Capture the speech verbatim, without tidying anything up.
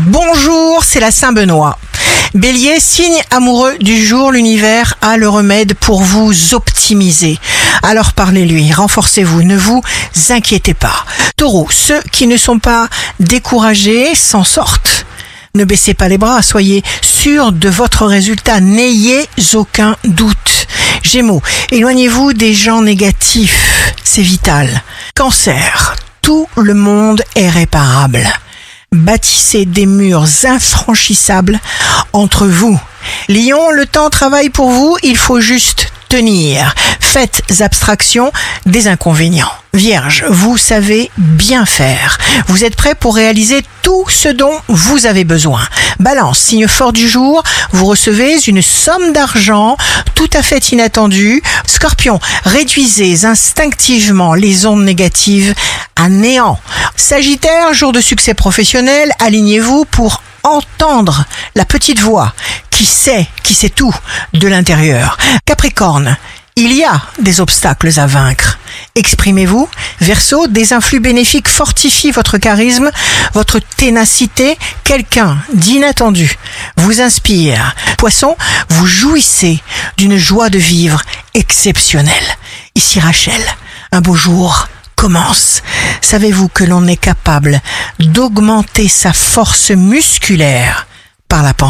Bonjour, c'est la Saint-Benoît. Bélier, signe amoureux du jour, l'univers a le remède pour vous optimiser. Alors parlez-lui, renforcez-vous, ne vous inquiétez pas. Taureau, ceux qui ne sont pas découragés s'en sortent. Ne baissez pas les bras, soyez sûr de votre résultat, n'ayez aucun doute. Gémeaux, éloignez-vous des gens négatifs, c'est vital. Cancer, tout le monde est réparable. Bâtissez des murs infranchissables entre vous. Lion, le temps travaille pour vous, il faut juste tenir. Faites abstraction des inconvénients. Vierge, vous savez bien faire. Vous êtes prêt pour réaliser tout ce dont vous avez besoin. Balance, signe fort du jour, vous recevez une somme d'argent tout à fait inattendue. Scorpion, réduisez instinctivement les ondes négatives à néant. Sagittaire, jour de succès professionnel, alignez-vous pour entendre la petite voix qui sait, qui sait tout de l'intérieur. Capricorne, il y a des obstacles à vaincre. Exprimez-vous. Verseau, des influx bénéfiques fortifient votre charisme, votre ténacité. Quelqu'un d'inattendu vous inspire. Poisson, vous jouissez d'une joie de vivre exceptionnelle. Ici Rachel, un beau jour commence. Savez-vous que l'on est capable d'augmenter sa force musculaire par la pensée ?